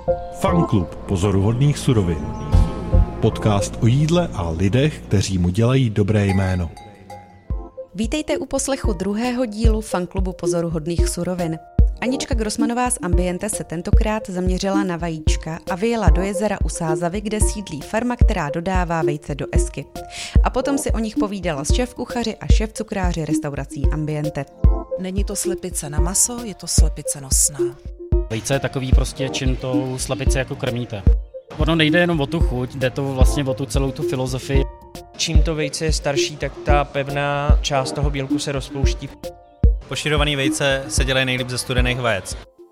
Fanklub pozoruhodných surovin. Podcast o jídle a lidech, kteří mu dělají dobré jméno. Vítejte u poslechu druhého dílu Fanklubu pozoruhodných surovin. Anička Grossmanová z Ambiente se tentokrát zaměřila na vajíčka a vyjela do jezera u Sázavy, kde sídlí farma, která dodává vejce do Esky. A potom si o nich povídala s šéfkuchaři a šéfcukráři restaurací Ambiente. Není to slepice na maso, je to slepice nosná. Vejce je takový prostě, čím tou slepici jako krmíte. Ono nejde jenom o tu chuť, jde to vlastně o tu celou tu filozofii. Čím to vejce je starší, tak ta pevná část toho bílku se rozpouští. Poširovaný vejce se dělají nejlíp ze studených vajec.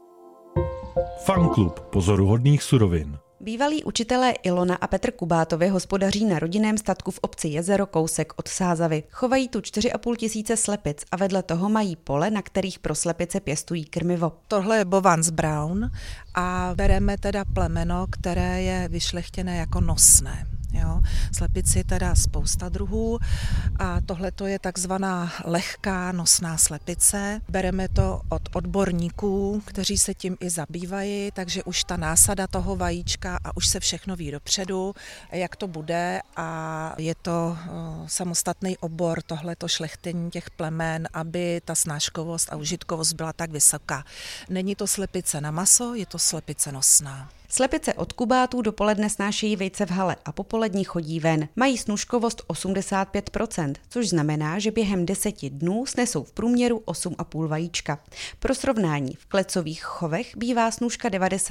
Fanklub pozoruhodných surovin. Bývalí učitelé Ilona a Petr Kubátovi hospodaří na rodinném statku v obci Jezero kousek od Sázavy. Chovají tu 4,5 tisíce slepic a vedle toho mají pole, na kterých pro slepice pěstují krmivo. Tohle je Bovans Brown a bereme teda plemeno, které je vyšlechtěné jako nosné. Jo. Slepici je teda spousta druhů a tohle je takzvaná lehká nosná slepice. Bereme to od odborníků, kteří se tím i zabývají, takže už ta násada toho vajíčka a už se všechno ví dopředu, jak to bude a je to samostatný obor tohleto šlechtení těch plemen, aby ta snáškovost a užitkovost byla tak vysoká. Není to slepice na maso, je to slepice nosná. Slepice od Kubátů dopoledne snášejí vejce v hale a popolední chodí ven. Mají snůškovost 85%, což znamená, že během 10 dnů snesou v průměru 8,5 vajíčka. Pro srovnání, v klecových chovech bývá snůška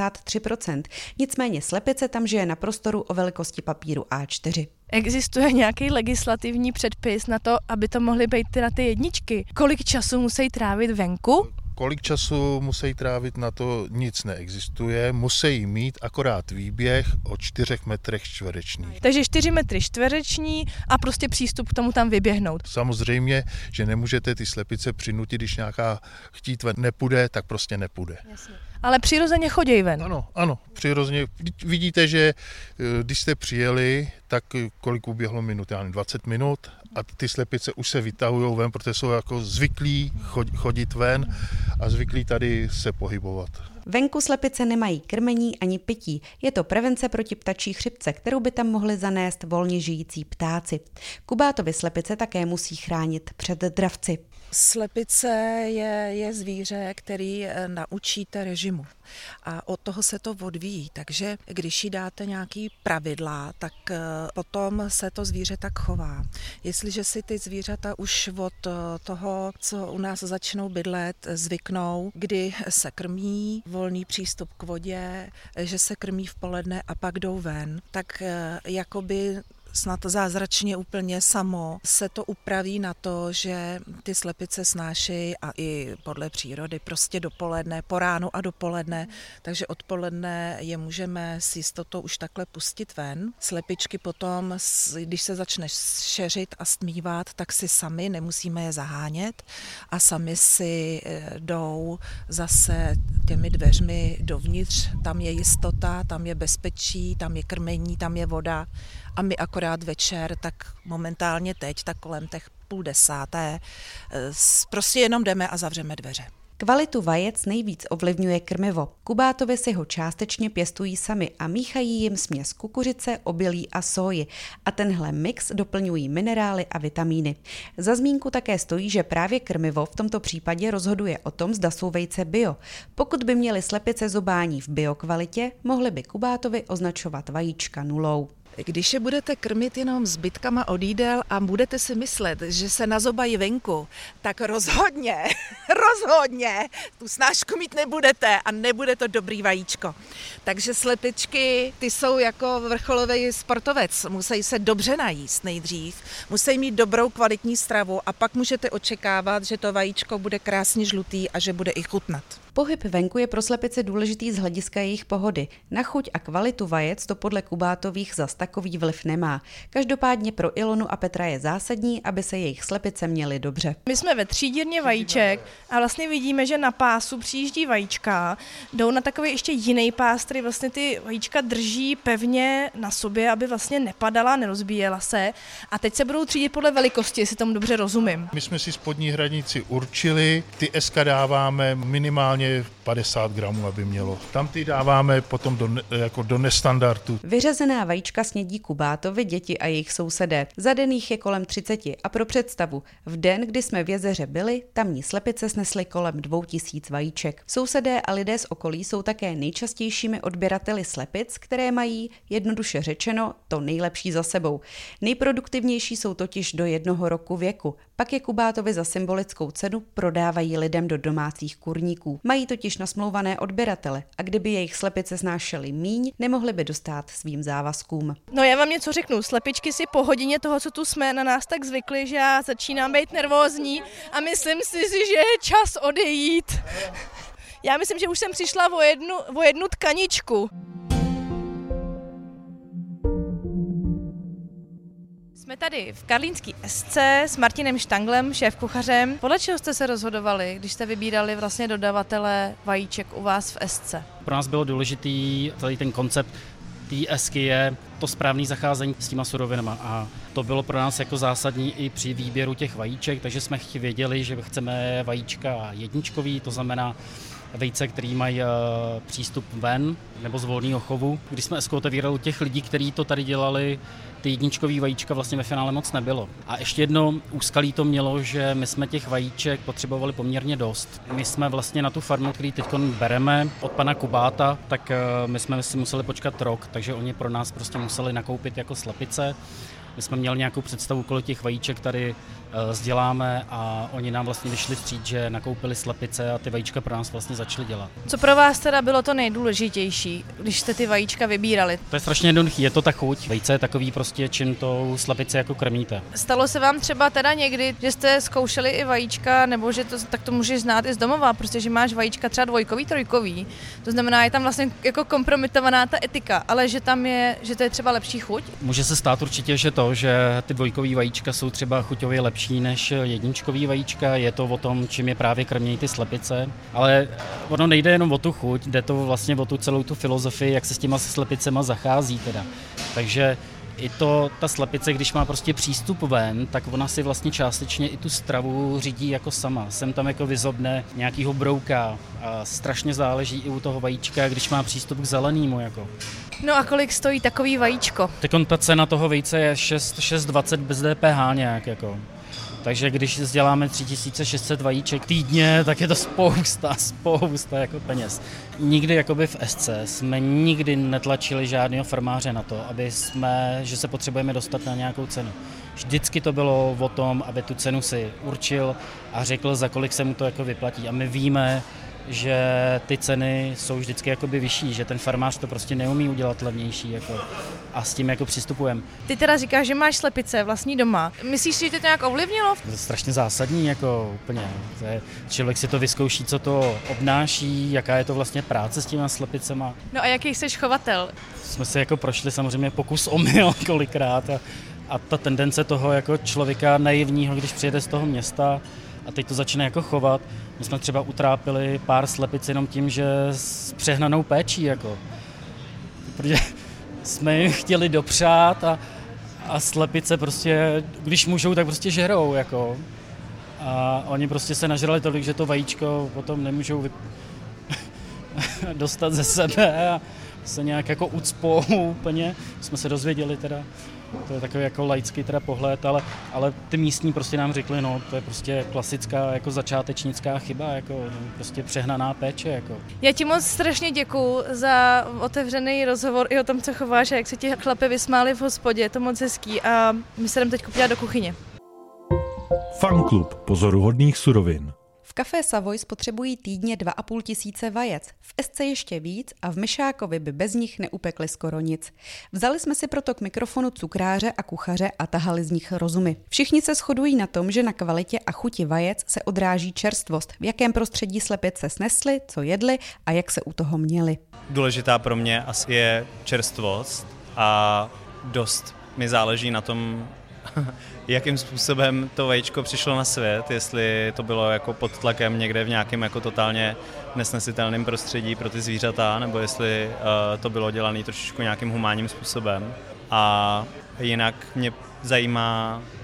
93%, nicméně slepice tam žije na prostoru o velikosti papíru A4. Existuje nějaký legislativní předpis na to, aby to mohly být na ty jedničky? Kolik času musí trávit venku? Kolik času musí trávit, na to nic neexistuje, musí mít akorát výběh o 4 metrech čtverečních. Takže 4 metry čtvereční a prostě přístup k tomu tam vyběhnout. Samozřejmě, že nemůžete ty slepice přinutit, když nějaká chtít ven nepůjde, tak prostě nepůjde. Jasně. Ale přirozeně chodí ven. Ano, přirozeně. Vidíte, že když jste přijeli, tak kolik uběhlo minut, 20 minut a ty slepice už se vytahují ven, protože jsou jako zvyklí chodit ven a zvyklí tady se pohybovat. Venku slepice nemají krmení ani pití. Je to prevence proti ptačí chřipce, kterou by tam mohli zanést volně žijící ptáci. Kubátovi slepice také musí chránit před dravci. Slepice je zvíře, který naučíte režimu a od toho se to odvíjí, takže když jí dáte nějaký pravidla, tak potom se to zvíře tak chová. Jestliže si ty zvířata už od toho, co u nás začnou bydlet, zvyknou, kdy se krmí, volný přístup k vodě, že se krmí v poledne a pak jdou ven, tak jakoby snad zázračně úplně samo se to upraví na to, že ty slepice snášejí a i podle přírody prostě dopoledne, po ránu a dopoledne, takže odpoledne je můžeme s jistotou už takhle pustit ven. Slepičky potom, když se začne šeřit a stmívat, tak si sami, nemusíme je zahánět a sami si jdou zase těmi dveřmi dovnitř, tam je jistota, tam je bezpečí, tam je krmení, tam je voda. A my akorát večer, tak momentálně teď, tak kolem těch 9:30, prostě jenom jdeme a zavřeme dveře. Kvalitu vajec nejvíc ovlivňuje krmivo. Kubátovi si ho částečně pěstují sami a míchají jim směs kukuřice, obilí a sóji. A tenhle mix doplňují minerály a vitamíny. Za zmínku také stojí, že právě krmivo v tomto případě rozhoduje o tom, zda jsou vejce bio. Pokud by měly slepice zobání v biokvalitě, mohly by Kubátovi označovat vajíčka 0. Když je budete krmit jenom zbytkama od jídel a budete si myslet, že se nazobají venku, tak rozhodně tu snášku mít nebudete a nebude to dobrý vajíčko. Takže slepičky, ty jsou jako vrcholový sportovec, musí se dobře najíst nejdřív, musí mít dobrou kvalitní stravu a pak můžete očekávat, že to vajíčko bude krásně žlutý a že bude i chutnat. Pohyb venku je pro slepice důležitý z hlediska jejich pohody. Na chuť a kvalitu vajec to podle Kubátových zas takový vliv nemá. Každopádně pro Ilonu a Petra je zásadní, aby se jejich slepice měly dobře. My jsme ve třídírně vajíček a vlastně vidíme, že na pásu přijíždí vajíčka, jdou na takový ještě jiný pás, který vlastně ty vajíčka drží pevně na sobě, aby vlastně nepadala, nerozbíjela se. A teď se budou třídit podle velikosti, jestli tomu dobře rozumím. My jsme si spodní hranici určili, ty SK dáváme minimálně minimálně 50 gramů, aby mělo. Tam ty dáváme potom do nestandardu. Vyřezená vajíčka snědí Kubátovi děti a jejich sousedé. Za den jich je kolem 30 a pro představu, v den, kdy jsme v jezeře byli, tamní slepice snesly kolem 2000 vajíček. Sousedé a lidé z okolí jsou také nejčastějšími odběrateli slepic, které mají, jednoduše řečeno, to nejlepší za sebou. Nejproduktivnější jsou totiž do 1 roku věku. Pak je Kubátovi za symbolickou cenu prodávají lidem do domácích kurníků. Mají totiž nasmlouvané odběratele a kdyby jejich slepice snášely míň, nemohli by dostát svým závazkům. No já vám něco řeknu, slepičky si po hodině toho, co tu jsme, na nás tak zvykly, že já začínám být nervózní a myslím si, že je čas odejít. Já myslím, že už jsem přišla o jednu tkaničku. Jsme tady v karlínský SC s Martinem Štanglem, šéfkuchařem. Podle čeho jste se rozhodovali, když jste vybírali vlastně dodavatele vajíček u vás v SC? Pro nás bylo důležitý celý ten koncept té SK je to správné zacházení s těma surovinama a to bylo pro nás jako zásadní i při výběru těch vajíček, takže jsme věděli, že chceme vajíčka jedničkový, to znamená vejce, který mají přístup ven nebo z volného chovu. Když jsme SK otevírali u těch lidí, kteří to tady dělali, ty jedničkový vajíčka vlastně ve finále moc nebylo. A ještě jedno úskalí to mělo, že my jsme těch vajíček potřebovali poměrně dost. My jsme vlastně na tu farmu, který teď bereme od pana Kubáta, tak my jsme si museli počkat rok, takže oni pro nás prostě museli nakoupit jako slepice. My jsme měli nějakou představu, kolik těch vajíček tady sděláme a oni nám vlastně vyšli vstříc, že nakoupili slepice a ty vajíčka pro nás vlastně začaly dělat. Co pro vás teda bylo to nejdůležitější, když jste ty vajíčka vybírali? To je strašně jednoduché, je to ta chuť. Vejce je takový prostě, čím tou slepici jako krmíte. Stalo se vám třeba teda někdy, že jste zkoušeli i vajíčka, nebo že to, tak to můžeš znát i z domova, prostě, že máš vajíčka třeba 2, 3, to znamená, je tam vlastně jako kompromitovaná ta etika, ale že tam je, že to je třeba lepší chuť? Může se stát určitě, že ty 2 vajíčka jsou třeba chuťově lepší než jedničkový vajíčka, je to o tom, čím je právě krmějí ty slepice, ale ono nejde jenom o tu chuť, jde to vlastně o tu celou tu filozofii, jak se s těma slepicema zachází teda. Takže i ta slepice, když má prostě přístup ven, tak ona si vlastně částečně i tu stravu řídí jako sama. Sem tam jako vyzobne nějakýho brouka a strašně záleží i u toho vajíčka, když má přístup k zelenému jako. No a kolik stojí takový vajíčko? Teď ta cena toho vejce je 6,20 bez DPH nějak jako. Takže když děláme 3600 vajíček týdně, tak je to spousta jako peněz. Nikdy jakoby v SC jsme nikdy netlačili žádného farmáře na to, že se potřebujeme dostat na nějakou cenu. Vždycky to bylo o tom, aby tu cenu si určil a řekl, za kolik se mu to jako vyplatí. A my víme, že ty ceny jsou vždycky jakoby vyšší, že ten farmář to prostě neumí udělat levnější jako, a s tím jako přistupujeme. Ty teda říkáš, že máš slepice vlastní doma. Myslíš, že to nějak ovlivnilo? To je strašně zásadní, jako úplně. Člověk si to vyzkouší, co to obnáší, jaká je to vlastně práce s těma slepicema. No a jaký jsi chovatel? Jsme si jako prošli samozřejmě pokus omyl kolikrát a ta tendence toho jako člověka naivního, když přijede z toho města a teď to začne jako chovat. My jsme třeba utrápili pár slepic jenom tím, že s přehnanou péčí, jako. Protože jsme jim chtěli dopřát a slepice prostě, když můžou, tak prostě žerou, jako. A oni prostě se nažrali tolik, že to vajíčko potom nemůžou dostat ze sebe a se nějak jako ucpou úplně. Jsme se dozvěděli teda. To je takový jako laický teda pohled, ale ty místní prostě nám řekli, no to je prostě klasická jako začátečnická chyba, jako prostě přehnaná péče. Jako. Já ti moc strašně děkuju za otevřený rozhovor i o tom, co chováš a jak se ti chlapi vysmáli v hospodě, je to moc hezký a my se jdeme teď podívat do kuchyně. Fanklub pozoruhodných surovin. V Café Savoy spotřebují týdně 2500 vajec, v SC ještě víc a v Myšákovi by bez nich neupekli skoro nic. Vzali jsme si proto k mikrofonu cukráře a kuchaře a tahali z nich rozumy. Všichni se shodují na tom, že na kvalitě a chuti vajec se odráží čerstvost, v jakém prostředí slepice snesli, co jedli a jak se u toho měli. Důležitá pro mě asi je čerstvost a dost mi záleží na tom, jakým způsobem to vajíčko přišlo na svět, jestli to bylo jako pod tlakem někde v nějakém jako totálně nesnesitelném prostředí pro ty zvířata, nebo jestli to bylo dělané trošičku nějakým humánním způsobem. A jinak mě zajímá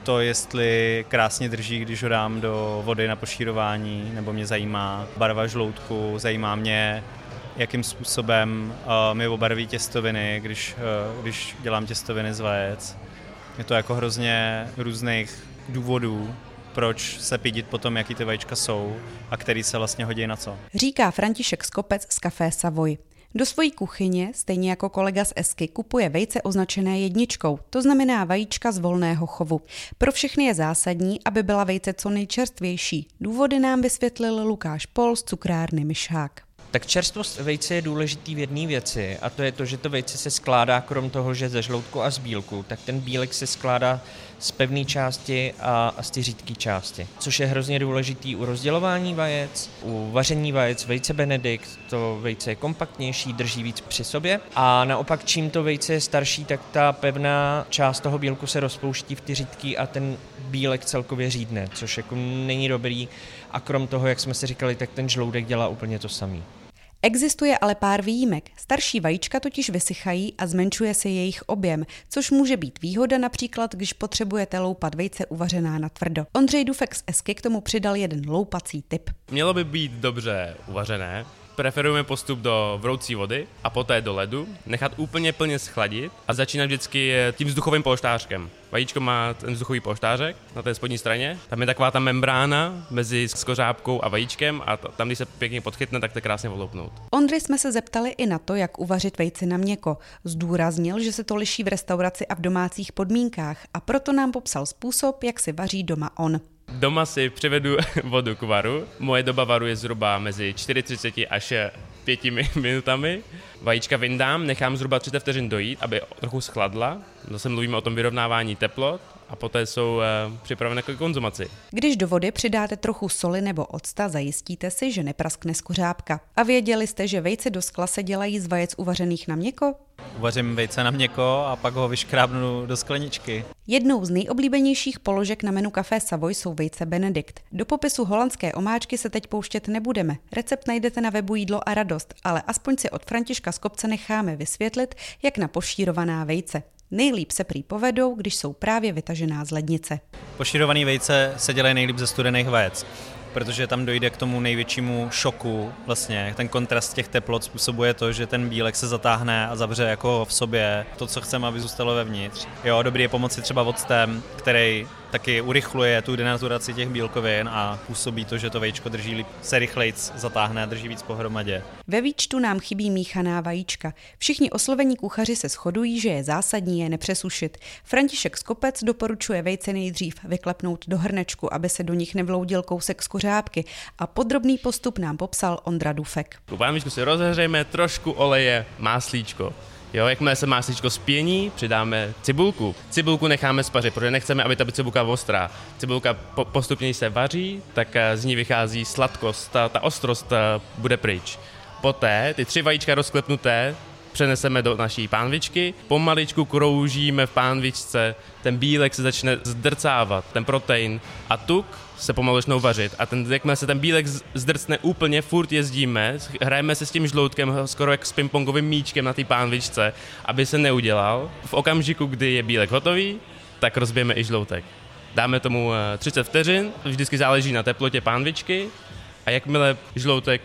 to, jestli krásně drží, když ho dám do vody na pošírování, nebo mě zajímá barva žloutku, zajímá mě, jakým způsobem mi obarví těstoviny, když dělám těstoviny z vajec. Je to jako hrozně různých důvodů, proč se pídit po tom, jaký ty vajíčka jsou a který se vlastně hodí na co. Říká František Skopec z Café Savoy. Do svojí kuchyně, stejně jako kolega z Esky, kupuje vejce označené 1, to znamená vajíčka z volného chovu. Pro všechny je zásadní, aby byla vejce co nejčerstvější. Důvody nám vysvětlil Lukáš Pol z cukrárny Myšák. Tak čerstvost vejce je důležitý v jedné věci a to je to, že to vejce se skládá krom toho, že ze žloutku a z bílku, tak ten bílek se skládá z pevné části a z té řídké části, což je hrozně důležitý u rozdělování vajec, u vaření vajec. Vejce Benedikt, to vejce je kompaktnější, drží víc při sobě a naopak čím to vejce je starší, tak ta pevná část toho bílku se rozpouští v ty řídky a ten bílek celkově řídne, což jako není dobrý a krom toho, jak jsme si říkali, tak ten žloudek dělá úplně to samý. Existuje ale pár výjimek. Starší vajíčka totiž vysychají a zmenšuje se jejich objem, což může být výhoda například, když potřebujete loupat vejce uvařená na tvrdo. Ondřej Dufek z Esky k tomu přidal jeden loupací tip. Mělo by být dobře uvařené. Preferujeme postup do vroucí vody a poté do ledu, nechat úplně plně schladit a začínat vždycky tím vzduchovým polštářkem. Vajíčko má ten vzduchový polštářek na té spodní straně, tam je taková ta membrána mezi skořápkou a vajíčkem a tam, když se pěkně podchytne, tak to krásně oloupnout. Ondry jsme se zeptali i na to, jak uvařit vejce na měkko. Zdůraznil, že se to liší v restauraci a v domácích podmínkách a proto nám popsal způsob, jak si vaří doma on. Doma si přivedu vodu k varu. Moje doba varu je zhruba mezi 40 až 5 minutami. Vajíčka vyndám, nechám zhruba 30 vteřin dojít, aby trochu schladla. Zase mluvíme o tom vyrovnávání teplot a poté jsou připravené k konzumaci. Když do vody přidáte trochu soli nebo octa, zajistíte si, že nepraskne skořápka. A věděli jste, že vejce do skla se dělají z vajec uvařených na měkko? Uvařím vejce na měkko a pak ho vyškrábnu do skleničky. Jednou z nejoblíbenějších položek na menu Café Savoy jsou vejce Benedikt. Do popisu holandské omáčky se teď pouštět nebudeme. Recept najdete na webu Jídlo a radost, ale aspoň si od Františka Skopce necháme vysvětlit, jak na pošírovaná vejce. Nejlíp se prý povedou, když jsou právě vytažená z lednice. Pošírované vejce se dělají nejlíp ze studených vajec, protože tam dojde k tomu největšímu šoku. Vlastně ten kontrast těch teplot způsobuje to, že ten bílek se zatáhne a zavře jako v sobě to, co chceme, aby zůstalo vevnitř. Jo, dobrý je pomoci třeba octem, který taky urychluje tu denaturaci těch bílkovin a působí to, že to vajíčko drží líp, se rychlejc zatáhne a drží víc pohromadě. Ve výčtu nám chybí míchaná vajíčka. Všichni oslovení kuchaři se shodují, že je zásadní je nepřesušit. František Skopec doporučuje vejce nejdřív vyklepnout do hrnečku, aby se do nich nevloudil kousek skořápky a podrobný postup nám popsal Ondra Dufek. U pánvičku si rozehřejeme trošku oleje, máslíčko. Jo, jakmile se máslíčko spění, přidáme cibulku. Cibulku necháme spařit, protože nechceme, aby ta cibulka byla ostrá. Cibulka postupně se vaří, tak z ní vychází sladkost, ta ostrost bude pryč. Poté ty 3 vajíčka rozklepnuté přeneseme do naší pánvičky, pomaličku kroužíme v pánvičce, ten bílek se začne zdrcávat, ten protein a tuk se pomalu začnou vařit a jakmile se ten bílek zdrcne úplně, furt jezdíme, hrajeme se s tím žloutkem skoro jak s pingpongovým míčkem na té pánvičce, aby se neudělal. V okamžiku, kdy je bílek hotový, tak rozbijeme i žloutek. Dáme tomu 30 vteřin, vždycky záleží na teplotě pánvičky a jakmile žloutek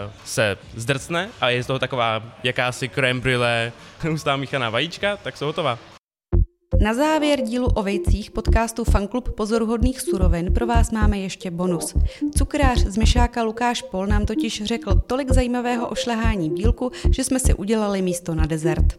se zdrcne a je z toho taková jakási crème brûlée, hustá míchaná vajíčka, tak jsou hotová. Na závěr dílu o vejcích podcastu Fanklub pozoruhodných surovin pro vás máme ještě bonus. Cukrář z Myšáka Lukáš Pol nám totiž řekl tolik zajímavého o šlehání bílku, že jsme si udělali místo na dezert.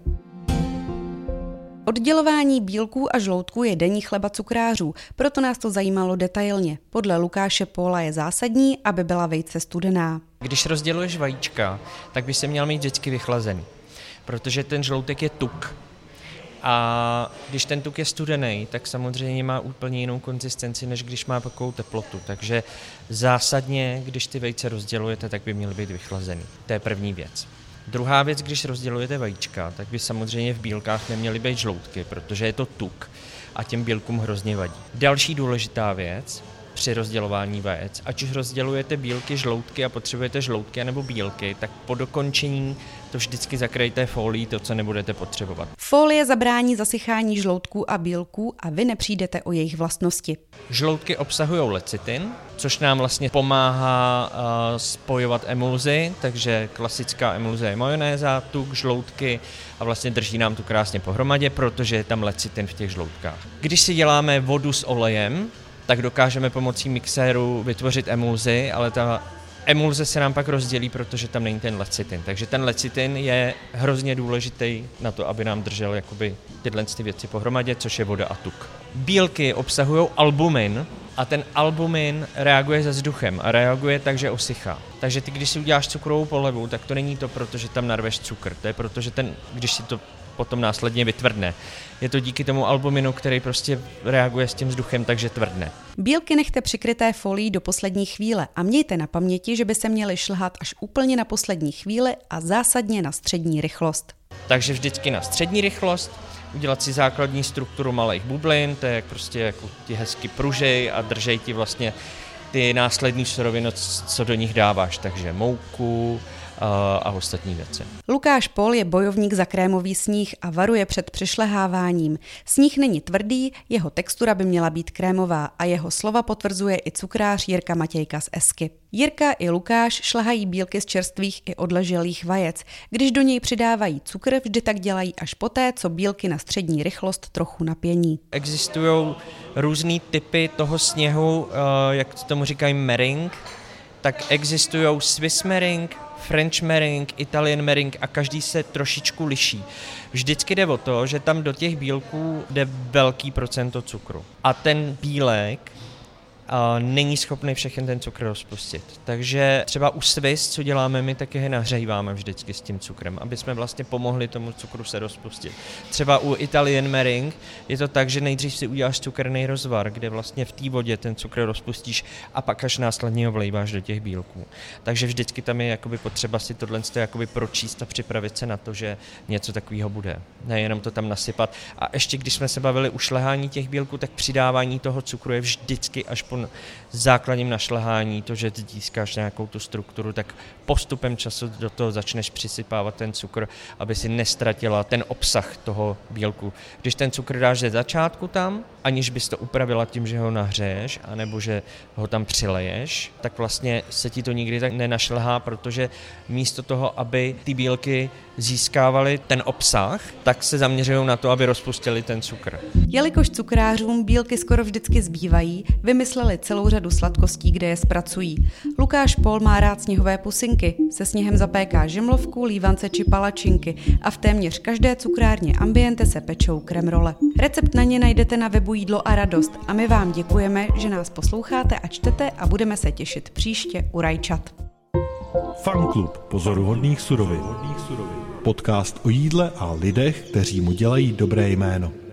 Oddělování bílků a žloutků je denní chleba cukrářů, proto nás to zajímalo detailně. Podle Lukáše Pola je zásadní, aby byla vejce studená. Když rozděluješ vajíčka, tak by se měl mít vždycky vychlazený, protože ten žloutek je tuk. A když ten tuk je studený, tak samozřejmě má úplně jinou konzistenci, než když má takovou teplotu. Takže zásadně, když ty vejce rozdělujete, tak by měly být vychlazený. To je první věc. Druhá věc, když rozdělujete vajíčka, tak by samozřejmě v bílkách neměly být žloutky, protože je to tuk a těm bílkům hrozně vadí. Další důležitá věc, při rozdělování vajec. Ať už rozdělujete bílky, žloutky a potřebujete žloutky nebo bílky, tak po dokončení to vždycky zakrejte fólií, to, co nebudete potřebovat. Fólie zabrání zasychání žloutků a bílků a vy nepřijdete o jejich vlastnosti. Žloutky obsahují lecitin, což nám vlastně pomáhá spojovat emulzi, takže klasická emulze je majonéza, tuk, žloutky a vlastně drží nám tu krásně pohromadě, protože je tam lecitin v těch žloutkách. Když si děláme vodu s olejem, tak dokážeme pomocí mixéru vytvořit emulzi, ale ta emulze se nám pak rozdělí, protože tam není ten lecitin. Takže ten lecitin je hrozně důležitý na to, aby nám držel jakoby tyhle věci pohromadě, což je voda a tuk. Bílky obsahují albumin a ten albumin reaguje se vzduchem a reaguje tak, že osychá. Takže ty, když si uděláš cukrovou polevu, tak to není to, protože tam narveš cukr. To je protože když si to potom následně vytvrdne. Je to díky tomu albuminu, který prostě reaguje s tím vzduchem, takže tvrdne. Bílky nechte přikryté folií do poslední chvíle a mějte na paměti, že by se měly šlhat až úplně na poslední chvíli a zásadně na střední rychlost. Takže vždycky na střední rychlost, udělat si základní strukturu malých bublin, to je jak prostě jako ti hezky pružej a držej ti vlastně ty následní suroviny, co do nich dáváš, takže mouku a ostatní věci. Lukáš Pol je bojovník za krémový sníh a varuje před přišleháváním. Sníh není tvrdý, jeho textura by měla být krémová a jeho slova potvrzuje i cukrář Jirka Matějka z Esky. Jirka i Lukáš šlehají bílky z čerstvých i odleželých vajec. Když do něj přidávají cukr, vždy tak dělají až poté, co bílky na střední rychlost trochu napění. Existují různý typy toho sněhu, jak tomu říkají meringue, tak existují Swiss meringue, French meringue, Italian meringue a každý se trošičku liší. Vždycky jde o to, že tam do těch bílků jde velký procento cukru. A ten bílek není schopný všechny ten cukr rozpustit. Takže třeba u Swiss, co děláme my, tak je nahříváme vždycky s tím cukrem, aby jsme vlastně pomohli tomu cukru se rozpustit. Třeba u Italian meringue je to tak, že nejdřív si uděláš cukerný rozvar, kde vlastně v té vodě ten cukr rozpustíš a pak až následně ho vlejváš do těch bílků. Takže vždycky tam je jakoby potřeba si tohle jakoby pročíst a připravit se na to, že něco takového bude. Nejenom to tam nasypat. A ještě když jsme se bavili u šlehání těch bílků, tak přidávání toho cukru je vždycky až po základním našlehání, to, že získáš nějakou tu strukturu, tak postupem času do toho začneš přisypávat ten cukr, aby si nestratila ten obsah toho bílku. Když ten cukr dáš ze začátku tam, aniž bys to upravila tím, že ho nahřeješ, anebo že ho tam přileješ, tak vlastně se ti to nikdy tak nenašlehá, protože místo toho, aby ty bílky získávaly ten obsah, tak se zaměřují na to, aby rozpustili ten cukr. Jelikož cukrářům bílky skoro vždycky zbývají, vymysleli celou řadu sladkostí, kde je zpracují. Lukáš Pol má rád sněhové pusinky, se sněhem zapéká žemlovku, lívance či palačinky a v téměř každé cukrárně Ambiente se pečou kremrole. Recept na ně najdete na webu Jídlo a radost a my vám děkujeme, že nás posloucháte a čtete a budeme se těšit příště u rajčat. Fanklub pozoruhodných surovin. Podcast o jídle a lidech, kteří mu dělají dobré jméno.